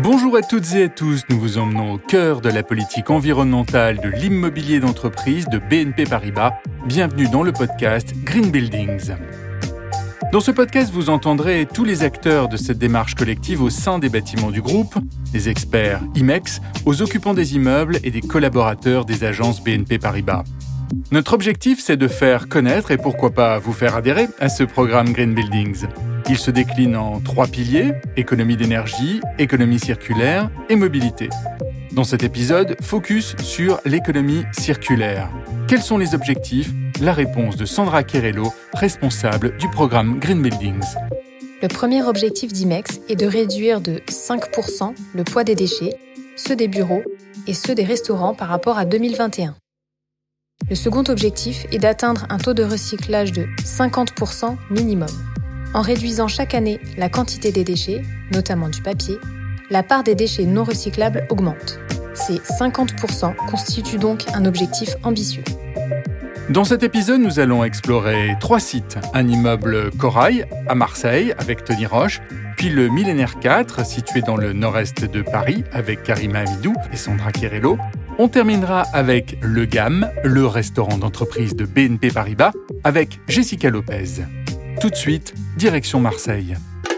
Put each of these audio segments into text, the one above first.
Bonjour à toutes et à tous, nous vous emmenons au cœur de la politique environnementale de l'immobilier d'entreprise de BNP Paribas. Bienvenue dans le podcast Green Buildings. Dans ce podcast, vous entendrez tous les acteurs de cette démarche collective au sein des bâtiments du groupe, des experts IMEX, aux occupants des immeubles et des collaborateurs des agences BNP Paribas. Notre objectif, c'est de faire connaître et pourquoi pas vous faire adhérer à ce programme Green Buildings. Il se décline en 3 piliers, économie d'énergie, économie circulaire et mobilité. Dans cet épisode, focus sur l'économie circulaire. Quels sont les objectifs ? La réponse de Sandra Querello, responsable du programme Green Buildings. Le premier objectif d'IMEX est de réduire de 5% le poids des déchets, ceux des bureaux et ceux des restaurants par rapport à 2021. Le second objectif est d'atteindre un taux de recyclage de 50% minimum. En réduisant chaque année la quantité des déchets, notamment du papier, la part des déchets non recyclables augmente. Ces 50% constituent donc un objectif ambitieux. Dans cet épisode, nous allons explorer 3 sites. Un immeuble Corail à Marseille avec Tony Roche, puis le Millénaire 4 situé dans le nord-est de Paris avec Karima Amidou et Sandra Querello. On terminera avec Le GAM, le restaurant d'entreprise de BNP Paribas, avec Jessica Lopez. Tout de suite, direction Marseille.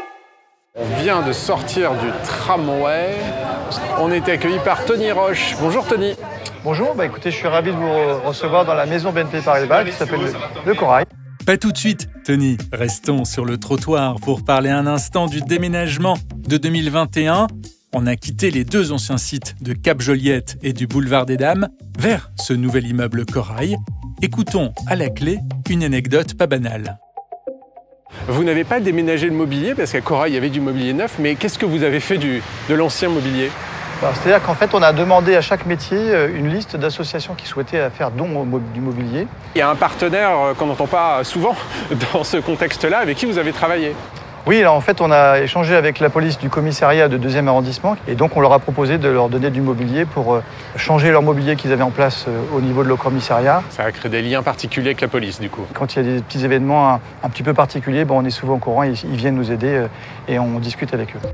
On vient de sortir du tramway. On est accueilli par Tony Roche. Bonjour Tony. Bonjour, écoutez, je suis ravi de vous recevoir dans la maison BNP Paribas qui s'appelle le Corail. Pas tout de suite, Tony. Restons sur le trottoir pour parler un instant du déménagement de 2021. On a quitté les 2 anciens sites de Cap-Joliette et du boulevard des Dames vers ce nouvel immeuble Corail. Écoutons à la clé une anecdote pas banale. Vous n'avez pas déménagé le mobilier parce qu'à Corail, il y avait du mobilier neuf, mais qu'est-ce que vous avez fait de l'ancien mobilier ? C'est-à-dire qu'en fait, on a demandé à chaque métier une liste d'associations qui souhaitaient faire don du mobilier. Il y a un partenaire qu'on n'entend pas souvent dans ce contexte-là, avec qui vous avez travaillé. Oui, alors en fait, on a échangé avec la police du commissariat de 2e arrondissement et donc on leur a proposé de leur donner du mobilier pour changer leur mobilier qu'ils avaient en place au niveau de leur commissariat. Ça a créé des liens particuliers avec la police, du coup. Quand il y a des petits événements un petit peu particuliers, on est souvent au courant, ils viennent nous aider et on discute avec eux.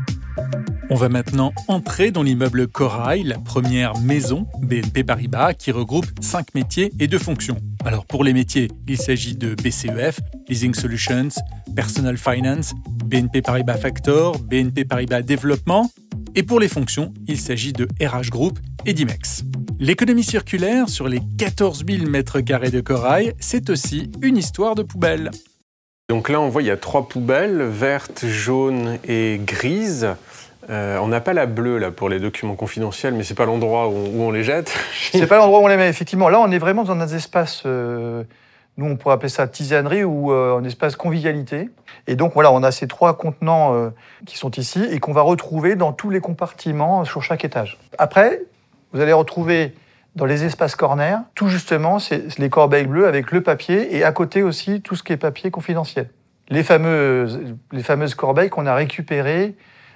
On va maintenant entrer dans l'immeuble Corail, la première maison BNP Paribas qui regroupe 5 métiers et 2 fonctions. Alors pour les métiers, il s'agit de BCEF, Leasing Solutions, Personal Finance, BNP Paribas Factor, BNP Paribas Développement. Et pour les fonctions, il s'agit de RH Group et d'IMEX. L'économie circulaire sur les 14 000 m² de Corail, c'est aussi une histoire de poubelles. Donc là, on voit il y a 3 poubelles, vertes, jaunes et grises. On n'a pas la bleue là, pour les documents confidentiels, mais ce n'est pas l'endroit où on les jette. C'est pas l'endroit où on les met, effectivement. Là, on est vraiment dans un espace, nous on pourrait appeler ça tisanerie ou un espace convivialité. Et donc voilà, on a ces 3 contenants qui sont ici et qu'on va retrouver dans tous les compartiments sur chaque étage. Après, vous allez retrouver dans les espaces corner, tout justement, c'est les corbeilles bleues avec le papier et à côté aussi tout ce qui est papier confidentiel. Les fameuses corbeilles qu'on a récupérées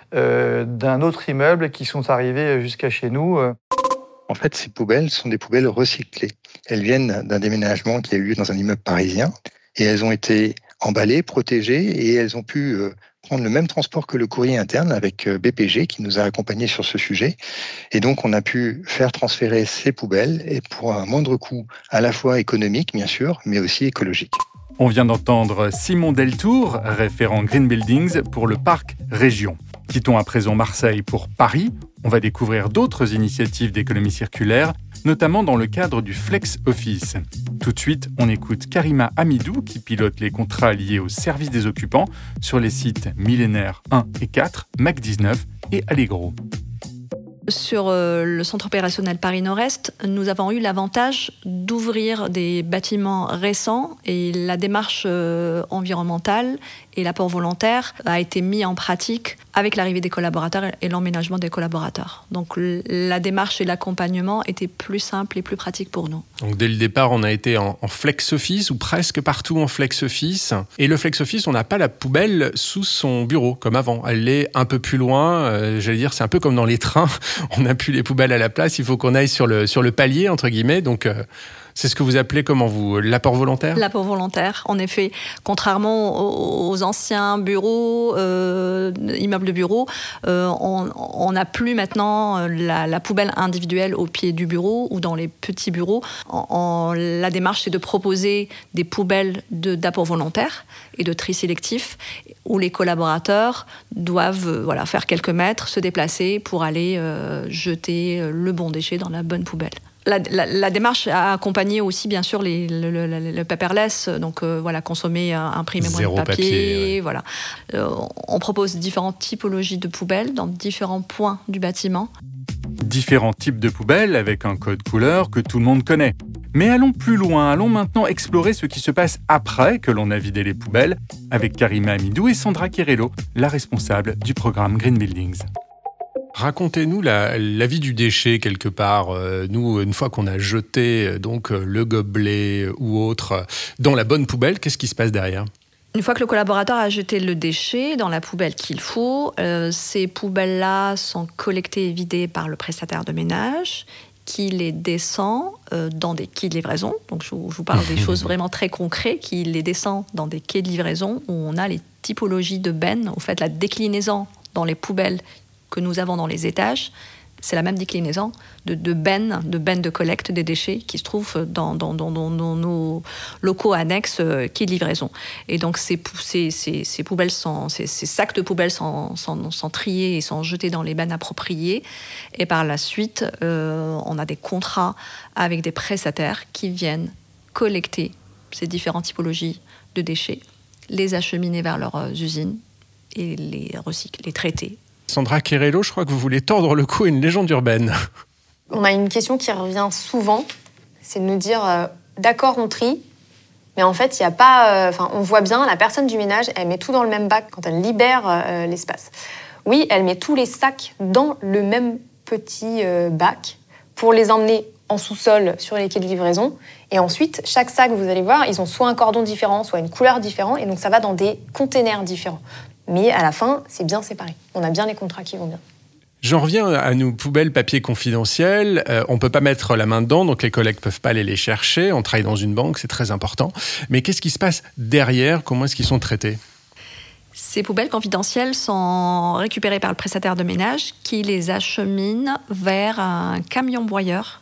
d'un autre immeuble qui sont arrivés jusqu'à chez nous. En fait, ces poubelles sont des poubelles recyclées. Elles viennent d'un déménagement qui a eu lieu dans un immeuble parisien et elles ont été emballées, protégées et elles ont pu prendre le même transport que le courrier interne avec BPG qui nous a accompagnés sur ce sujet. Et donc, on a pu faire transférer ces poubelles et pour un moindre coût à la fois économique, bien sûr, mais aussi écologique. On vient d'entendre Simon Deltour, référent Green Buildings pour le parc Région. Quittons à présent Marseille pour Paris. On va découvrir d'autres initiatives d'économie circulaire, notamment dans le cadre du Flex Office. Tout de suite, on écoute Karima Amidou qui pilote les contrats liés au service des occupants sur les sites Millénaire 1 et 4, Mac 19 et Allegro. Sur le centre opérationnel Paris Nord-Est, nous avons eu l'avantage d'ouvrir des bâtiments récents et la démarche environnementale et l'apport volontaire a été mis en pratique avec l'arrivée des collaborateurs et l'emménagement des collaborateurs. Donc la démarche et l'accompagnement étaient plus simples et plus pratiques pour nous. Donc dès le départ, on a été en flex office ou presque partout en flex office. Et le flex office, on n'a pas la poubelle sous son bureau comme avant. Elle est un peu plus loin. J'allais dire, c'est un peu comme dans les trains. On n'a plus les poubelles à la place. Il faut qu'on aille sur le palier, entre guillemets. Donc C'est ce que vous appelez comment, vous, l'apport volontaire ? L'apport volontaire, en effet. Contrairement aux anciens bureaux, immeubles de bureaux, on n'a plus maintenant la poubelle individuelle au pied du bureau ou dans les petits bureaux. La démarche, c'est de proposer des poubelles d'apport volontaire et de tri sélectif où les collaborateurs doivent faire quelques mètres, se déplacer pour aller jeter le bon déchet dans la bonne poubelle. La démarche a accompagné aussi, bien sûr, le paperless, donc consommer, imprimer moins de papier. Voilà. On propose différentes typologies de poubelles dans différents points du bâtiment. Différents types de poubelles avec un code couleur que tout le monde connaît. Mais allons plus loin, allons maintenant explorer ce qui se passe après que l'on a vidé les poubelles avec Karima Amidou et Sandra Kerello, la responsable du programme Green Buildings. Racontez-nous la vie du déchet quelque part. Nous, une fois qu'on a jeté le gobelet ou autre dans la bonne poubelle, qu'est-ce qui se passe derrière ? Une fois que le collaborateur a jeté le déchet dans la poubelle qu'il faut, ces poubelles-là sont collectées et vidées par le prestataire de ménage qui les descend dans des quais de livraison. Donc je vous parle des choses vraiment très concrètes, qui les descend dans des quais de livraison où on a les typologies de bennes. Au fait, la déclinaison dans les poubelles que nous avons dans les étages, c'est la même déclinaison de bennes de collecte des déchets qui se trouvent dans nos locaux annexes quais de livraison. Et donc ces poubelles ces sacs de poubelles sont triés et sont jetés dans les bennes appropriées. Et par la suite, on a des contrats avec des prestataires qui viennent collecter ces différentes typologies de déchets, les acheminer vers leurs usines et les recycler, les traiter. Sandra Kerello, je crois que vous voulez tordre le cou à une légende urbaine. On a une question qui revient souvent, c'est de nous dire d'accord, on trie, mais en fait, il y a pas. On voit bien, la personne du ménage, elle met tout dans le même bac quand elle libère l'espace. Oui, elle met tous les sacs dans le même petit bac pour les emmener en sous-sol sur les quais de livraison. Et ensuite, chaque sac, vous allez voir, ils ont soit un cordon différent, soit une couleur différente, et donc ça va dans des containers différents. Mais à la fin, c'est bien séparé. On a bien les contrats qui vont bien. J'en reviens à nos poubelles papier confidentiel. On ne peut pas mettre la main dedans, donc les collègues ne peuvent pas aller les chercher. On travaille dans une banque, c'est très important. Mais qu'est-ce qui se passe derrière ? Comment est-ce qu'ils sont traités ? Ces poubelles confidentielles sont récupérées par le prestataire de ménage qui les achemine vers un camion broyeur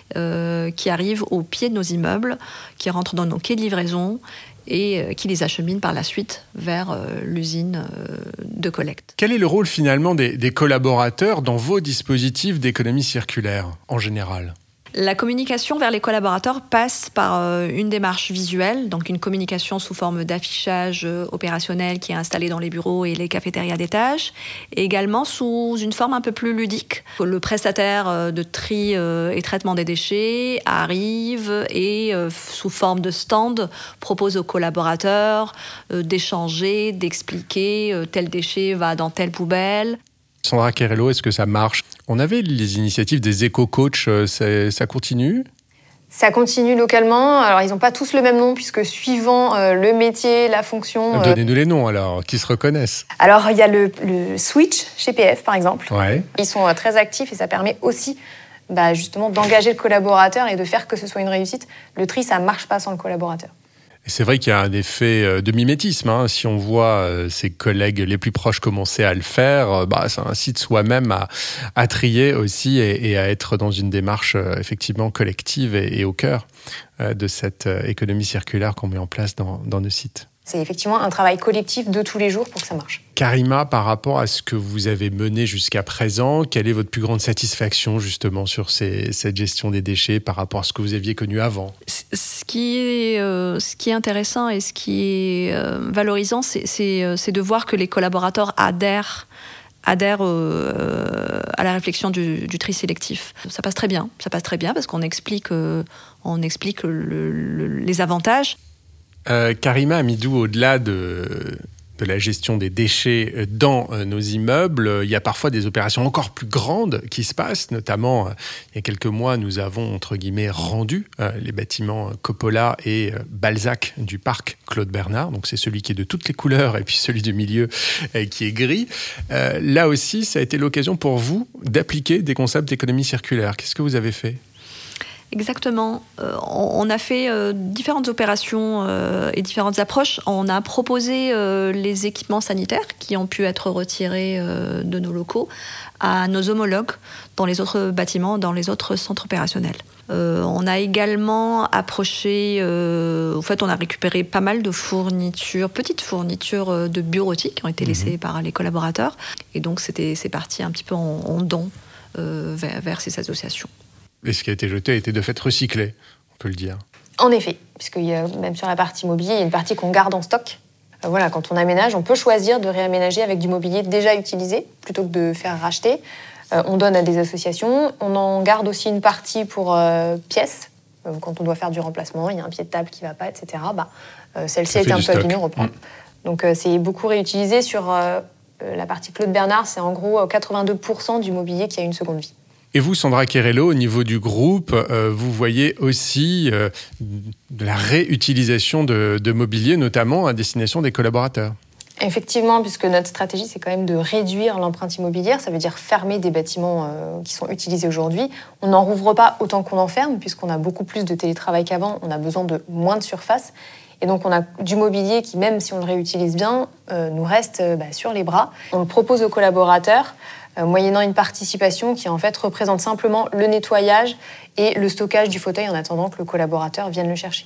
qui arrive au pied de nos immeubles, qui rentre dans nos quais de livraison et qui les achemine par la suite vers l'usine de collecte. Quel est le rôle finalement des collaborateurs dans vos dispositifs d'économie circulaire en général ? La communication vers les collaborateurs passe par une démarche visuelle, donc une communication sous forme d'affichage opérationnel qui est installé dans les bureaux et les cafétérias d'étage, et également sous une forme un peu plus ludique. Le prestataire de tri et traitement des déchets arrive et, sous forme de stand, propose aux collaborateurs d'échanger, d'expliquer tel déchet va dans telle poubelle. Sandra Kerello, est-ce que ça marche ? On avait les initiatives des éco-coachs, ça continue ? Ça continue localement. Alors, ils n'ont pas tous le même nom, puisque suivant le métier, la fonction... Donnez-nous les noms, alors, qui se reconnaissent. Alors, il y a le Switch chez PF, par exemple. Ouais. Ils sont très actifs et ça permet aussi justement d'engager le collaborateur et de faire que ce soit une réussite. Le tri, ça ne marche pas sans le collaborateur. Et c'est vrai qu'il y a un effet de mimétisme. Si on voit ses collègues les plus proches commencer à le faire, ça incite soi-même à trier aussi et à être dans une démarche effectivement collective et au cœur de cette économie circulaire qu'on met en place dans nos sites. C'est effectivement un travail collectif de tous les jours pour que ça marche. Karima, par rapport à ce que vous avez mené jusqu'à présent, quelle est votre plus grande satisfaction justement sur cette gestion des déchets par rapport à ce que vous aviez connu avant ? Ce qui est intéressant et ce qui est valorisant, c'est de voir que les collaborateurs adhèrent à la réflexion du tri sélectif. Ça passe très bien parce qu'on explique les avantages. Karima Amidou, au-delà de la gestion des déchets dans nos immeubles, il y a parfois des opérations encore plus grandes qui se passent. Notamment, il y a quelques mois, nous avons, entre guillemets, rendu les bâtiments Coppola et Balzac du parc Claude Bernard. Donc, c'est celui qui est de toutes les couleurs et puis celui du milieu qui est gris. Là aussi, ça a été l'occasion pour vous d'appliquer des concepts d'économie circulaire. Qu'est-ce que vous avez fait ? Exactement. On a fait différentes opérations et différentes approches. On a proposé les équipements sanitaires qui ont pu être retirés de nos locaux à nos homologues dans les autres bâtiments, dans les autres centres opérationnels. On a également approché, on a récupéré pas mal de fournitures, petites fournitures de bureautique qui ont été laissées par les collaborateurs. Et donc c'est parti un petit peu en don vers ces associations. Et ce qui a été jeté a été de fait recyclé, on peut le dire. En effet, puisqu'il y a, même sur la partie mobilier, il y a une partie qu'on garde en stock. Quand on aménage, on peut choisir de réaménager avec du mobilier déjà utilisé, plutôt que de faire racheter. On donne à des associations. On en garde aussi une partie pour pièces. Quand on doit faire du remplacement, il y a un pied de table qui ne va pas, etc. Celle-ci a été un peu abîmée, on reprend. Donc c'est beaucoup réutilisé. Sur la partie Claude Bernard, c'est en gros 82% du mobilier qui a une seconde vie. Et vous, Sandra Querello, au niveau du groupe, vous voyez aussi de la réutilisation de mobilier, notamment à destination des collaborateurs. Effectivement, puisque notre stratégie, c'est quand même de réduire l'empreinte immobilière. Ça veut dire fermer des bâtiments qui sont utilisés aujourd'hui. On n'en rouvre pas autant qu'on en ferme, puisqu'on a beaucoup plus de télétravail qu'avant. On a besoin de moins de surface. Et donc, on a du mobilier qui, même si on le réutilise bien, nous reste sur les bras. On le propose aux collaborateurs, moyennant une participation qui en fait représente simplement le nettoyage et le stockage du fauteuil en attendant que le collaborateur vienne le chercher.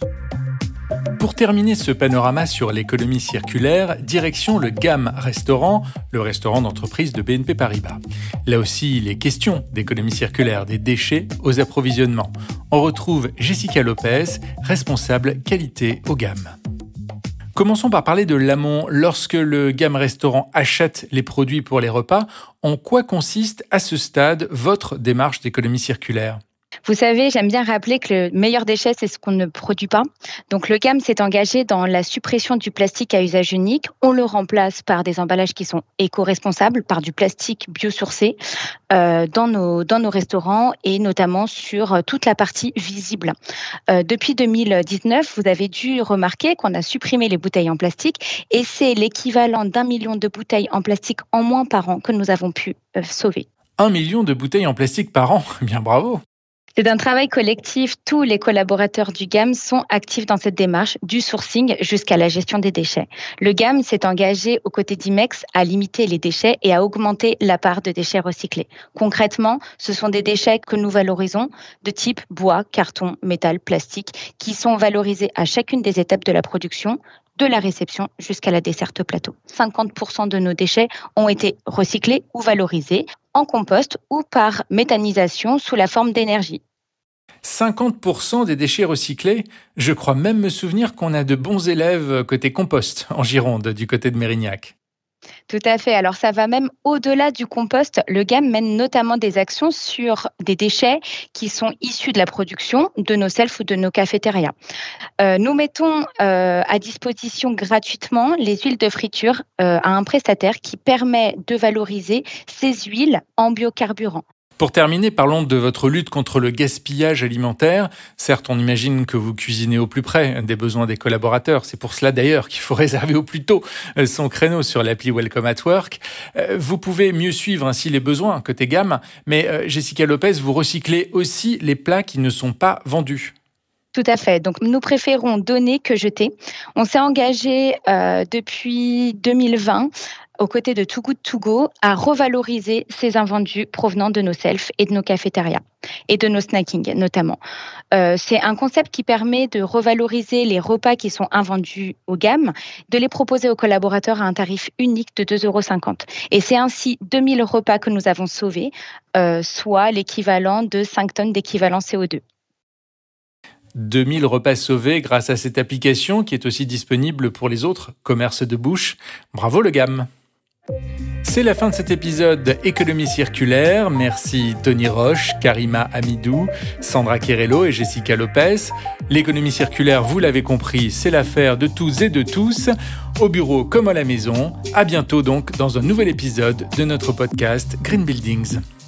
Pour terminer ce panorama sur l'économie circulaire, direction le GAM Restaurant, le restaurant d'entreprise de BNP Paribas. Là aussi, il est question d'économie circulaire des déchets aux approvisionnements. On retrouve Jessica Lopez, responsable qualité au GAM. Commençons par parler de l'amont. Lorsque le GAM Restaurant achète les produits pour les repas, en quoi consiste à ce stade votre démarche d'économie circulaire ? Vous savez, j'aime bien rappeler que le meilleur déchet, c'est ce qu'on ne produit pas. Donc le GAM s'est engagé dans la suppression du plastique à usage unique. On le remplace par des emballages qui sont éco-responsables, par du plastique biosourcé dans nos restaurants et notamment sur toute la partie visible. Depuis 2019, vous avez dû remarquer qu'on a supprimé les bouteilles en plastique et c'est l'équivalent d'1 million de bouteilles en plastique en moins par an que nous avons pu sauver. 1 million de bouteilles en plastique par an, bien bravo. C'est un travail collectif. Tous les collaborateurs du GAM sont actifs dans cette démarche, du sourcing jusqu'à la gestion des déchets. Le GAM s'est engagé aux côtés d'Imex à limiter les déchets et à augmenter la part de déchets recyclés. Concrètement, ce sont des déchets que nous valorisons de type bois, carton, métal, plastique, qui sont valorisés à chacune des étapes de la production, de la réception jusqu'à la desserte plateau. 50% de nos déchets ont été recyclés ou valorisés en compost ou par méthanisation sous la forme d'énergie. 50% des déchets recyclés ? Je crois même me souvenir qu'on a de bons élèves côté compost en Gironde, du côté de Mérignac. Tout à fait. Alors, ça va même au-delà du compost. Le GAM mène notamment des actions sur des déchets qui sont issus de la production de nos selfs ou de nos cafétérias. Nous mettons à disposition gratuitement les huiles de friture à un prestataire qui permet de valoriser ces huiles en biocarburant. Pour terminer, parlons de votre lutte contre le gaspillage alimentaire. Certes, on imagine que vous cuisinez au plus près des besoins des collaborateurs. C'est pour cela d'ailleurs qu'il faut réserver au plus tôt son créneau sur l'appli Welcome at Work. Vous pouvez mieux suivre ainsi les besoins côté GAM, mais Jessica Lopez, vous recyclez aussi les plats qui ne sont pas vendus. Tout à fait. Donc, nous préférons donner que jeter. On s'est engagé depuis 2020 aux côtés de Too Good To Go à revaloriser ces invendus provenant de nos selfs et de nos cafétérias et de nos snackings notamment. C'est un concept qui permet de revaloriser les repas qui sont invendus au GAM, de les proposer aux collaborateurs à un tarif unique de 2,50 €. Et c'est ainsi 2000 repas que nous avons sauvés, soit l'équivalent de 5 tonnes d'équivalent CO2. 2000 repas sauvés grâce à cette application qui est aussi disponible pour les autres commerces de bouche. Bravo le GAM! C'est la fin de cet épisode Économie circulaire. Merci Tony Roche, Karima Amidou, Sandra Querello et Jessica Lopez. L'économie circulaire, vous l'avez compris, c'est l'affaire de tous et de tous, au bureau comme à la maison. À bientôt donc dans un nouvel épisode de notre podcast Green Buildings.